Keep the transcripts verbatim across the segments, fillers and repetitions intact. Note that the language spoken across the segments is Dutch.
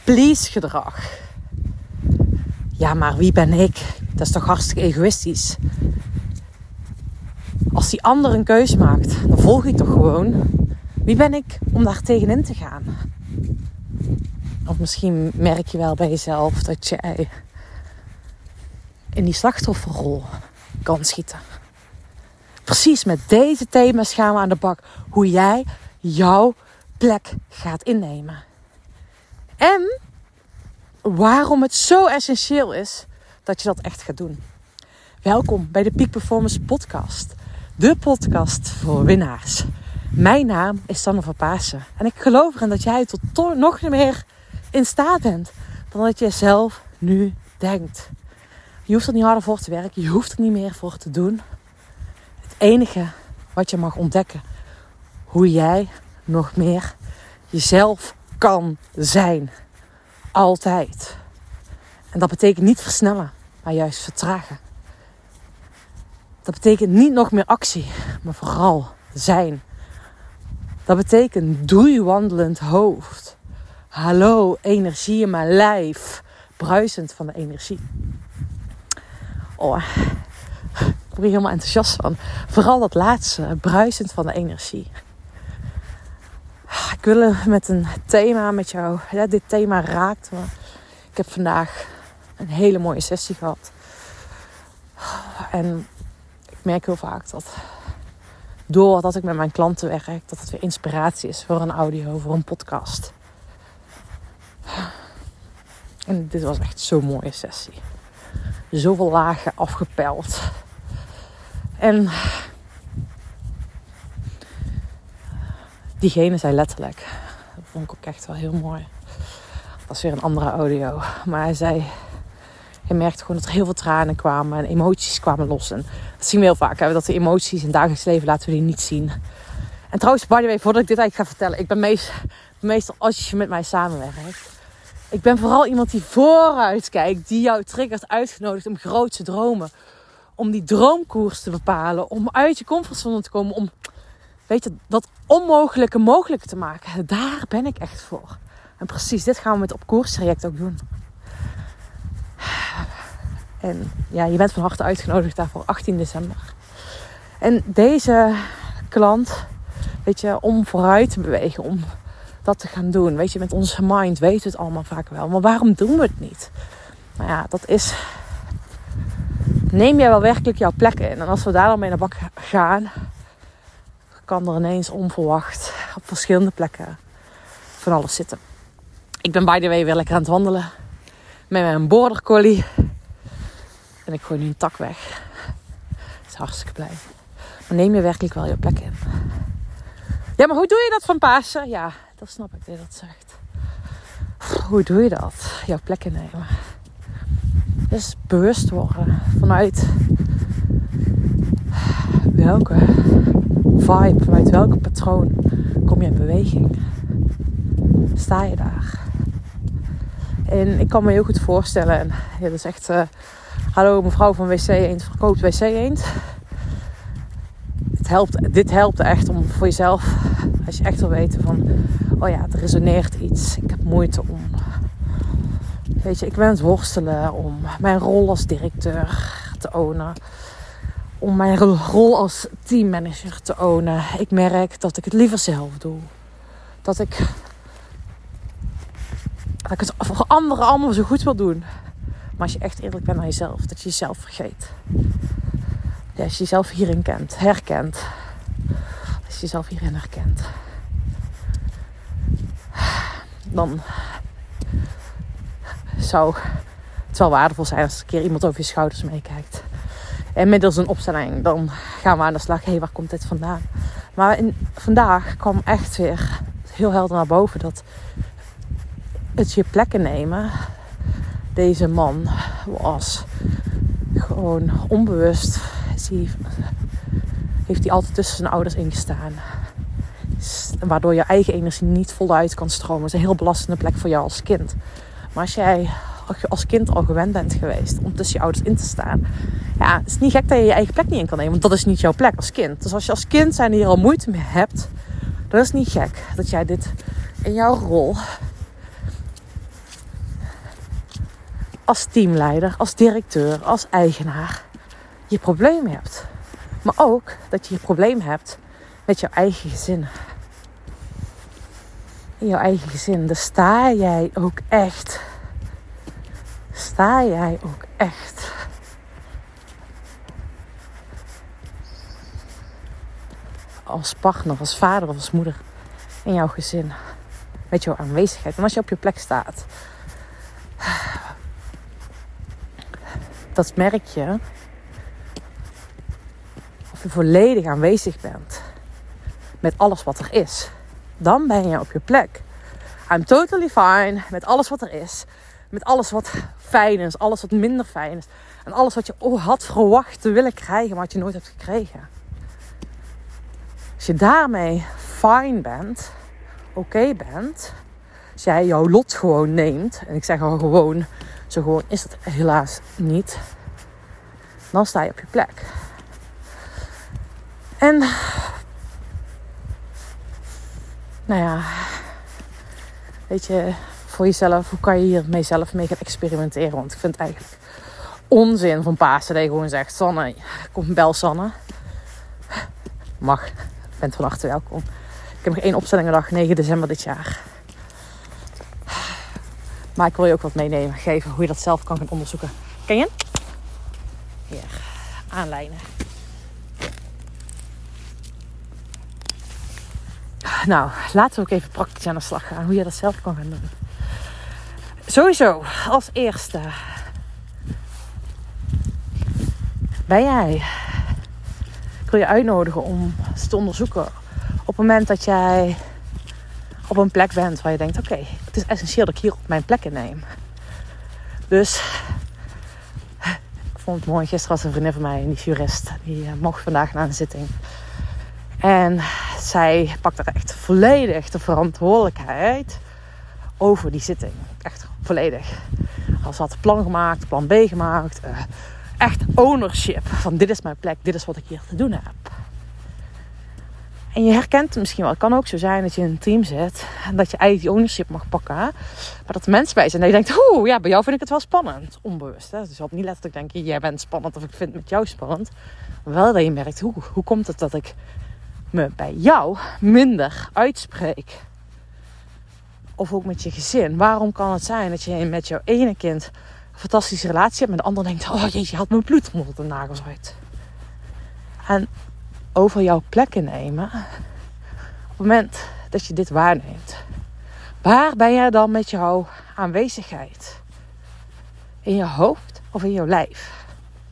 please gedrag. Ja, maar wie ben ik? Dat is toch hartstikke egoïstisch. Als die ander een keus maakt, dan volg ik toch gewoon. Wie ben ik om daar tegenin te gaan? Of misschien merk je wel bij jezelf dat jij in die slachtofferrol kan schieten. Precies met deze thema's gaan we aan de bak. Hoe jij jouw plek gaat innemen. En waarom het zo essentieel is dat je dat echt gaat doen. Welkom bij de Peak Performance Podcast. De podcast voor winnaars. Mijn naam is Sanne van Pasen. En ik geloof erin dat jij tot to- nog meer in staat bent dan dat je zelf nu denkt. Je hoeft er niet harder voor te werken. Je hoeft er niet meer voor te doen. Het enige wat je mag ontdekken. Hoe jij nog meer jezelf kan zijn. Altijd. En dat betekent niet versnellen, maar juist vertragen. Dat betekent niet nog meer actie, maar vooral zijn. Dat betekent doei wandelend hoofd. Hallo, energie in mijn lijf. Bruisend van de energie. Oh, ik word hier helemaal enthousiast van. Vooral dat laatste, bruisend van de energie. Ik wil met een thema met jou. Ja, dit thema raakt me. Ik heb vandaag een hele mooie sessie gehad. En ik merk heel vaak dat doordat ik met mijn klanten werk, dat het weer inspiratie is voor een audio, voor een podcast. En dit was echt zo'n mooie sessie. Zoveel lagen afgepeld. En diegene zei letterlijk, dat vond ik ook echt wel heel mooi. Dat is weer een andere audio. Maar hij zei, hij merkte gewoon dat er heel veel tranen kwamen en emoties kwamen los. En dat zien we heel vaak, hè, dat de emoties in het dagelijks leven laten we die niet zien. En trouwens, by the way, voordat ik dit eigenlijk ga vertellen. Ik ben meest, meestal, als je met mij samenwerkt. Ik ben vooral iemand die vooruit kijkt. Die jou triggert, uitgenodigd om groot te dromen. Om die droomkoers te bepalen. Om uit je comfortzone te komen. Om, weet je, dat onmogelijke mogelijk te maken. Daar ben ik echt voor. En precies dit gaan we met het Op Koers traject ook doen. En ja, je bent van harte uitgenodigd daarvoor achttien december. En deze klant, weet je, om vooruit te bewegen, om dat te gaan doen. Weet je, met onze mind weten we het allemaal vaak wel. Maar waarom doen we het niet? Nou ja, dat is, neem jij wel werkelijk jouw plek in? En als we daar dan mee naar bak gaan, kan er ineens onverwacht op verschillende plekken van alles zitten. Ik ben by the way weer lekker aan het wandelen met mijn border collie. En ik gooi nu een tak weg. Ik is hartstikke blij. Maar neem je werkelijk wel je plek in? Ja, maar hoe doe je dat van Pasen? Ja, dat snap ik dat je dat zegt. Hoe doe je dat? Jouw plek innemen. Dus bewust worden vanuit welke vibe, vanuit welke patroon kom je in beweging? Sta je daar? En ik kan me heel goed voorstellen, en ja, dat is echt, uh, hallo mevrouw van W C Eend, verkoopt W C Eend. Het helpt, dit helpt echt om voor jezelf, als je echt wil weten van, oh ja, er resoneert iets. Ik heb moeite om, weet je, ik ben aan het worstelen om mijn rol als directeur te ownen. Om mijn rol als teammanager te ownen. Ik merk dat ik het liever zelf doe. Dat ik... Dat ik het voor anderen allemaal zo goed wil doen. Maar als je echt eerlijk bent naar jezelf. Dat je jezelf vergeet. Ja, als je jezelf hierin kent. Herkent. Als je jezelf hierin herkent. Dan zou het wel waardevol zijn als er een keer iemand over je schouders meekijkt. En middels een opstelling. Dan gaan we aan de slag. Hé, hey, waar komt dit vandaan? Maar in, vandaag kwam echt weer heel helder naar boven. Dat het je plekken nemen. Deze man was gewoon onbewust. Die, heeft hij altijd tussen zijn ouders ingestaan. Waardoor je eigen energie niet voluit kan stromen. Dat is een heel belastende plek voor jou als kind. Maar als jij als kind al gewend bent geweest om tussen je ouders in te staan. Ja, het is niet gek dat je je eigen plek niet in kan nemen. Want dat is niet jouw plek als kind. Dus als je als kind zijn hier al moeite mee hebt. Dan is het niet gek dat jij dit in jouw rol als teamleider, als directeur, als eigenaar je problemen hebt. Maar ook dat je je probleem hebt met jouw eigen gezin. In jouw eigen gezin. Dus sta jij ook echt. Sta jij ook echt. Als partner, als vader of als moeder in jouw gezin. Met jouw aanwezigheid. En als je op je plek staat. Dat merk je. Of je volledig aanwezig bent. Met alles wat er is. Dan ben je op je plek. I'm totally fine. Met alles wat er is. Met alles wat fijn is. Alles wat minder fijn is. En alles wat je oh, had verwacht te willen krijgen. Maar wat je nooit hebt gekregen. Als je daarmee fine bent. Oké okay bent. Als jij jouw lot gewoon neemt. En ik zeg al gewoon. Zo gewoon is het helaas niet. Dan sta je op je plek. En. Nou ja. Weet je. Voor jezelf. Hoe kan je hiermee zelf mee gaan experimenteren. Want ik vind het eigenlijk onzin van Pasen. Dat je gewoon zegt. Sanne. Kom bel Sanne. Mag. Je bent van harte welkom. Ik heb nog één opstellingendag. negen december dit jaar. Maar ik wil je ook wat meenemen. Geven hoe je dat zelf kan gaan onderzoeken. Ken je? Hier. Aanlijnen. Nou, laten we ook even praktisch aan de slag gaan. Hoe je dat zelf kan gaan doen. Sowieso, als eerste. Ben jij. Ik wil je uitnodigen om eens te onderzoeken. Op het moment dat jij op een plek bent waar je denkt. Oké, okay, het is essentieel dat ik hier op mijn plek inneem. Dus. Ik vond het mooi. Gisteren was een vriendin van mij, die is jurist. Die uh, mocht vandaag naar een zitting. En zij pakt er echt volledig de verantwoordelijkheid over die zitting. Echt volledig. Als ze had plan gemaakt, plan B gemaakt. Uh, echt ownership. Van dit is mijn plek, dit is wat ik hier te doen heb. En je herkent het misschien wel. Het kan ook zo zijn dat je in een team zit. En dat je eigenlijk die ownership mag pakken. Maar dat er mensen bij zijn. En dat je denkt, oeh, ja, bij jou vind ik het wel spannend. Onbewust. Hè? Dus je had niet letterlijk denken, jij bent spannend. Of ik vind het met jou spannend. Maar wel dat je merkt, hoe, hoe komt het dat ik me bij jou minder uitspreek? Of ook met je gezin. Waarom kan het zijn dat je met jouw ene kind een fantastische relatie hebt. Met de ander denkt, oh jeetje, je had mijn bloed onder de nagels uit. En over jouw plekken nemen. Op het moment dat je dit waarneemt. Waar ben jij dan met jouw aanwezigheid? In je hoofd of in jouw lijf?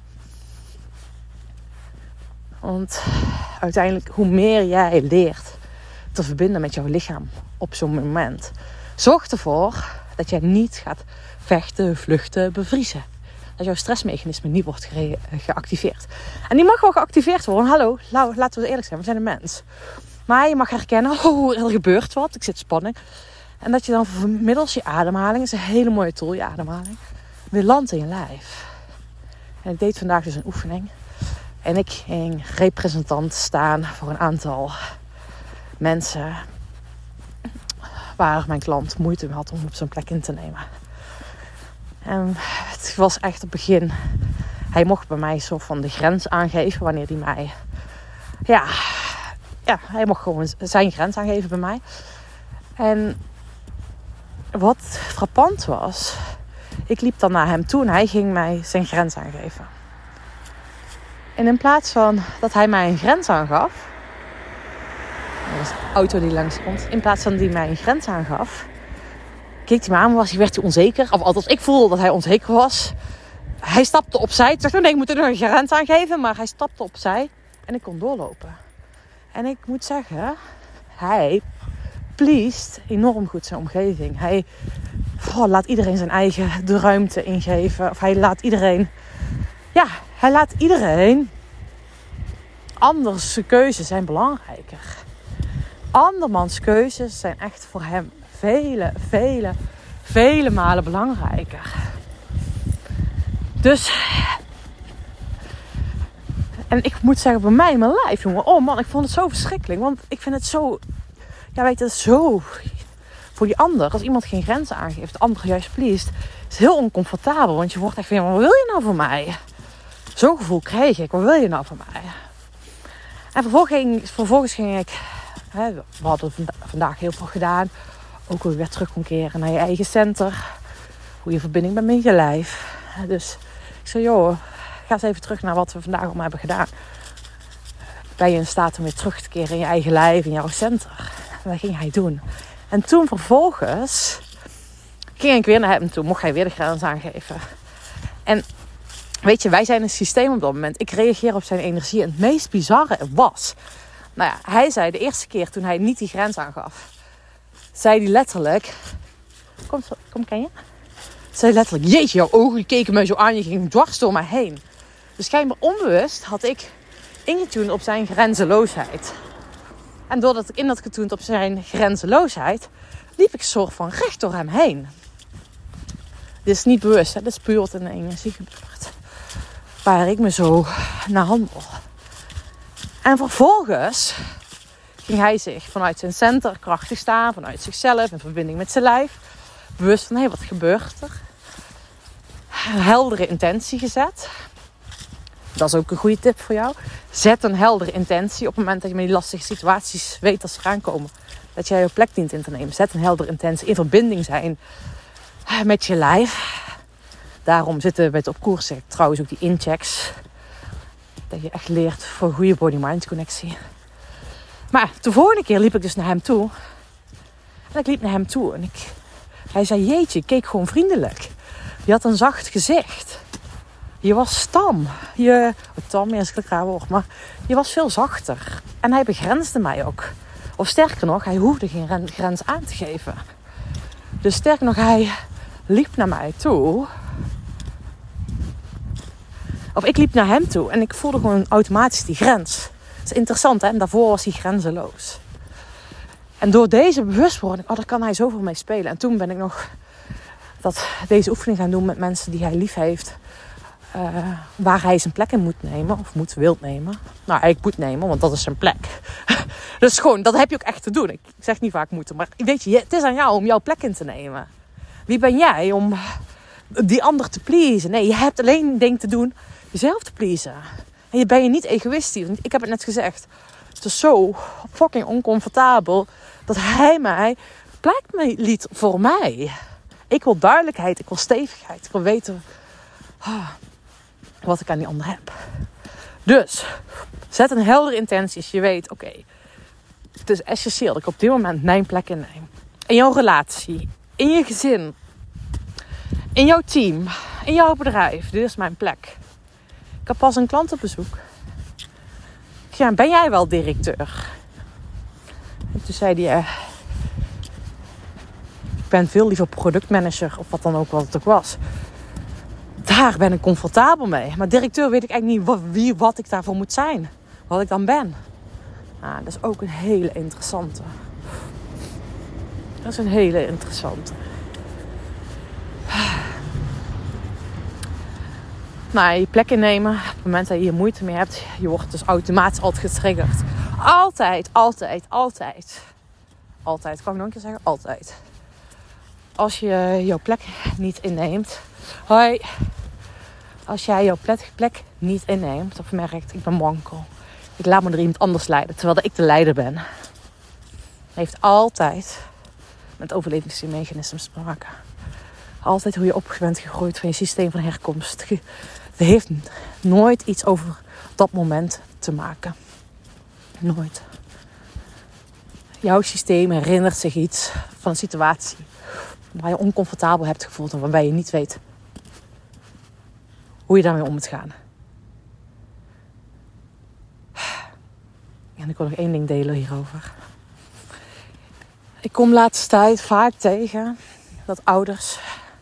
Want uiteindelijk, hoe meer jij leert te verbinden met jouw lichaam op zo'n moment, zorgt ervoor dat jij niet gaat vechten, vluchten, bevriezen. Dat jouw stressmechanisme niet wordt gere- geactiveerd. En die mag wel geactiveerd worden. Hallo, laten we eerlijk zijn, we zijn een mens. Maar je mag herkennen, oh, er gebeurt wat, ik zit spanning. En dat je dan middels je ademhaling, is een hele mooie tool, je ademhaling, weer landt in je lijf. En ik deed vandaag dus een oefening. En ik ging representant staan voor een aantal mensen waar mijn klant moeite mee had om op zijn plek in te nemen. En het was echt het begin. Hij mocht bij mij zo van de grens aangeven wanneer hij mij... Ja, ja, hij mocht gewoon zijn grens aangeven bij mij. En wat frappant was, ik liep dan naar hem toe en hij ging mij zijn grens aangeven. En in plaats van dat hij mij een grens aangaf, dat was een auto die langs komt, in plaats van dat hij mij een grens aangaf, keek hij me aan, was, werd hij onzeker. Of althans, ik voelde dat hij onzeker was. Hij stapte opzij. Ik dacht, nee, ik moet er nog een grens aangeven. Maar hij stapte opzij en ik kon doorlopen. En ik moet zeggen, hij pleased enorm goed zijn omgeving. Hij oh, laat iedereen zijn eigen de ruimte ingeven. Of hij laat iedereen... Ja, hij laat iedereen... Anders keuzes zijn belangrijker. Andermans keuzes zijn echt voor hem vele, vele, vele malen belangrijker. Dus... En ik moet zeggen, bij mij in mijn lijf, jongen. Oh man, ik vond het zo verschrikkelijk. Want ik vind het zo... Ja, weet je, zo... voor die ander, als iemand geen grenzen aangeeft, de ander juist pleest, is heel oncomfortabel. Want je wordt echt van, wat wil je nou van mij? Zo'n gevoel kreeg ik, wat wil je nou van mij? En vervolgens ging, vervolgens ging ik, hè, we hadden vandaag heel veel gedaan. Ook hoe je weer terug kon keren naar je eigen center. Hoe je verbinding bent met je lijf. Dus ik zei, joh, ga eens even terug naar wat we vandaag allemaal hebben gedaan. Ben je in staat om weer terug te keren in je eigen lijf, in jouw center? En dat ging hij doen. En toen vervolgens ging ik weer naar hem toe. Mocht hij weer de grens aangeven. En weet je, wij zijn een systeem op dat moment. Ik reageer op zijn energie. En het meest bizarre was, nou ja, hij zei de eerste keer toen hij niet die grens aangaf, zei hij letterlijk, kom, kom ken je? Zei letterlijk, jeetje, jouw ogen keken mij zo aan, je ging dwars door mij heen. Dus schijnbaar onbewust had ik ingetuned op zijn grenzeloosheid. En doordat ik in had getuned op zijn grenzeloosheid, liep ik soort van recht door hem heen. Dit is niet bewust, hè? Dit is puur wat in de energie gebeurt. Waar ik me zo naar handel. En vervolgens ging hij zich vanuit zijn center krachtig staan, vanuit zichzelf, in verbinding met zijn lijf. Bewust van, hé, hey, wat gebeurt er? Een heldere intentie gezet. Dat is ook een goede tip voor jou. Zet een heldere intentie op het moment dat je met die lastige situaties weet dat ze eraan komen. Dat jij je plek dient in te nemen. Zet een heldere intentie. In verbinding zijn met je lijf. Daarom zitten we bij het op koers. Trouwens ook die inchecks. Dat je echt leert voor een goede body-mind connectie. Maar de volgende keer liep ik dus naar hem toe. En ik liep naar hem toe. En ik, hij zei, jeetje, ik keek gewoon vriendelijk. Je had een zacht gezicht. Je was tam. Je, tam is een raar woord, maar je was veel zachter. En hij begrensde mij ook. Of sterker nog, hij hoefde geen grens aan te geven. Dus sterker nog, hij liep naar mij toe. Of ik liep naar hem toe en ik voelde gewoon automatisch die grens. Dat is interessant, hè? En daarvoor was hij grenzeloos. En door deze bewustwording, oh, daar kan hij zoveel mee spelen. En toen ben ik nog dat, deze oefening gaan doen met mensen die hij lief heeft. Uh, waar hij zijn plek in moet nemen. Of moet, wilt nemen. Nou, eigenlijk moet nemen, want dat is zijn plek. Dus gewoon, dat heb je ook echt te doen. Ik zeg niet vaak moeten, maar weet je, het is aan jou om jouw plek in te nemen. Wie ben jij om die ander te pleasen? Nee, je hebt alleen een ding te doen, jezelf te pleasen. En je ben je niet egoïstisch. Want ik heb het net gezegd. Het is zo fucking oncomfortabel dat hij mij plek liet voor mij. Ik wil duidelijkheid, ik wil stevigheid. Ik wil weten oh, wat ik aan die ander heb. Dus, zet een heldere intentie als je weet, oké, okay, het is essentieel dat ik op dit moment mijn plek inneem. In jouw relatie, in je gezin, in jouw team, in jouw bedrijf. Dit is mijn plek. Ik heb pas een klant op bezoek. Ja, ben jij wel directeur? En toen zei hij, uh, ik ben veel liever productmanager of wat dan ook wat het ook was. Daar ben ik comfortabel mee. Maar directeur weet ik eigenlijk niet wat, wie, wat ik daarvoor moet zijn. Wat ik dan ben. Ah, dat is ook een hele interessante. Dat is een hele interessante. Nou, je plek innemen. Op het moment dat je hier moeite mee hebt. Je wordt dus automatisch altijd getriggerd. Altijd, altijd, altijd. Altijd, kan ik nog een keer zeggen? Altijd. Als je jouw plek niet inneemt. Hoi. Als jij jouw plek, plek niet inneemt. Of merkt, ik ben wankel. Ik laat me door iemand anders leiden. Terwijl ik de leider ben. Het heeft altijd met overlevingsmechanismes te maken. Altijd hoe je op bent gegroeid van je systeem van herkomst. Het heeft nooit iets over dat moment te maken. Nooit. Jouw systeem herinnert zich iets van een situatie waar je oncomfortabel hebt gevoeld en waarbij je niet weet hoe je daarmee om moet gaan. En ik wil nog één ding delen hierover. Ik kom de laatste tijd vaak tegen dat ouders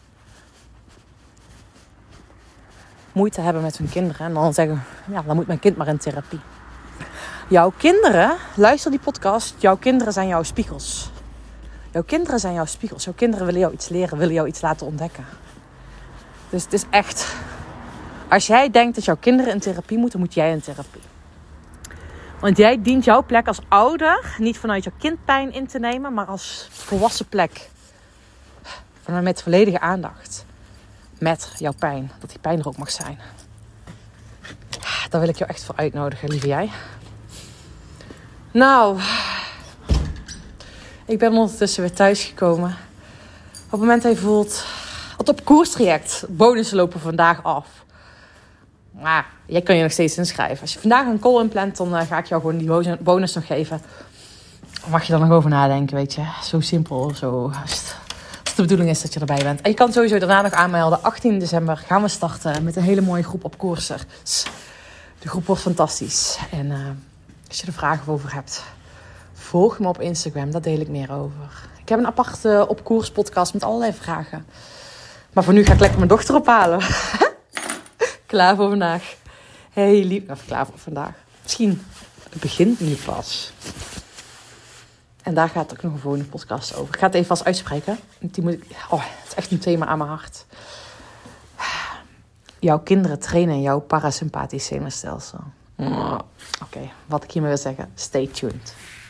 moeite hebben met hun kinderen. En dan zeggen, ja, dan moet mijn kind maar in therapie. Jouw kinderen, luister die podcast. Jouw kinderen zijn jouw spiegels. Jouw kinderen zijn jouw spiegels. Jouw kinderen willen jou iets leren, willen jou iets laten ontdekken. Dus het is echt, als jij denkt dat jouw kinderen in therapie moeten, moet jij in therapie. Want jij dient jouw plek als ouder niet vanuit jouw kindpijn in te nemen, maar als volwassen plek. Met volledige aandacht. Met jouw pijn. Dat die pijn er ook mag zijn. Daar wil ik jou echt voor uitnodigen, lieve jij. Nou, ik ben ondertussen weer thuisgekomen. Op het moment dat je voelt, het op koerstraject, bonussen lopen vandaag af. Maar jij kan je nog steeds inschrijven. Als je vandaag een call inplant, dan uh, ga ik jou gewoon die bonus nog geven. Dan mag je er nog over nadenken, weet je. Zo simpel, zo. Als het, als de bedoeling is dat je erbij bent. En je kan sowieso daarna nog aanmelden. achttien december gaan we starten met een hele mooie groep op koerser. De groep wordt fantastisch. En uh, als je er vragen over hebt, volg me op Instagram. Daar deel ik meer over. Ik heb een aparte op koers podcast met allerlei vragen. Maar voor nu ga ik lekker mijn dochter ophalen. Klaar voor vandaag. Hey lief. Of klaar voor vandaag. Misschien het begint nu pas. En daar gaat ook nog een volgende podcast over. Ik ga het even vast uitspreken. Die moet ik, oh, het is echt een thema aan mijn hart. Jouw kinderen trainen jouw parasympathisch zenuwstelsel. Mm. Oké, okay, wat ik hiermee wil zeggen. Stay tuned.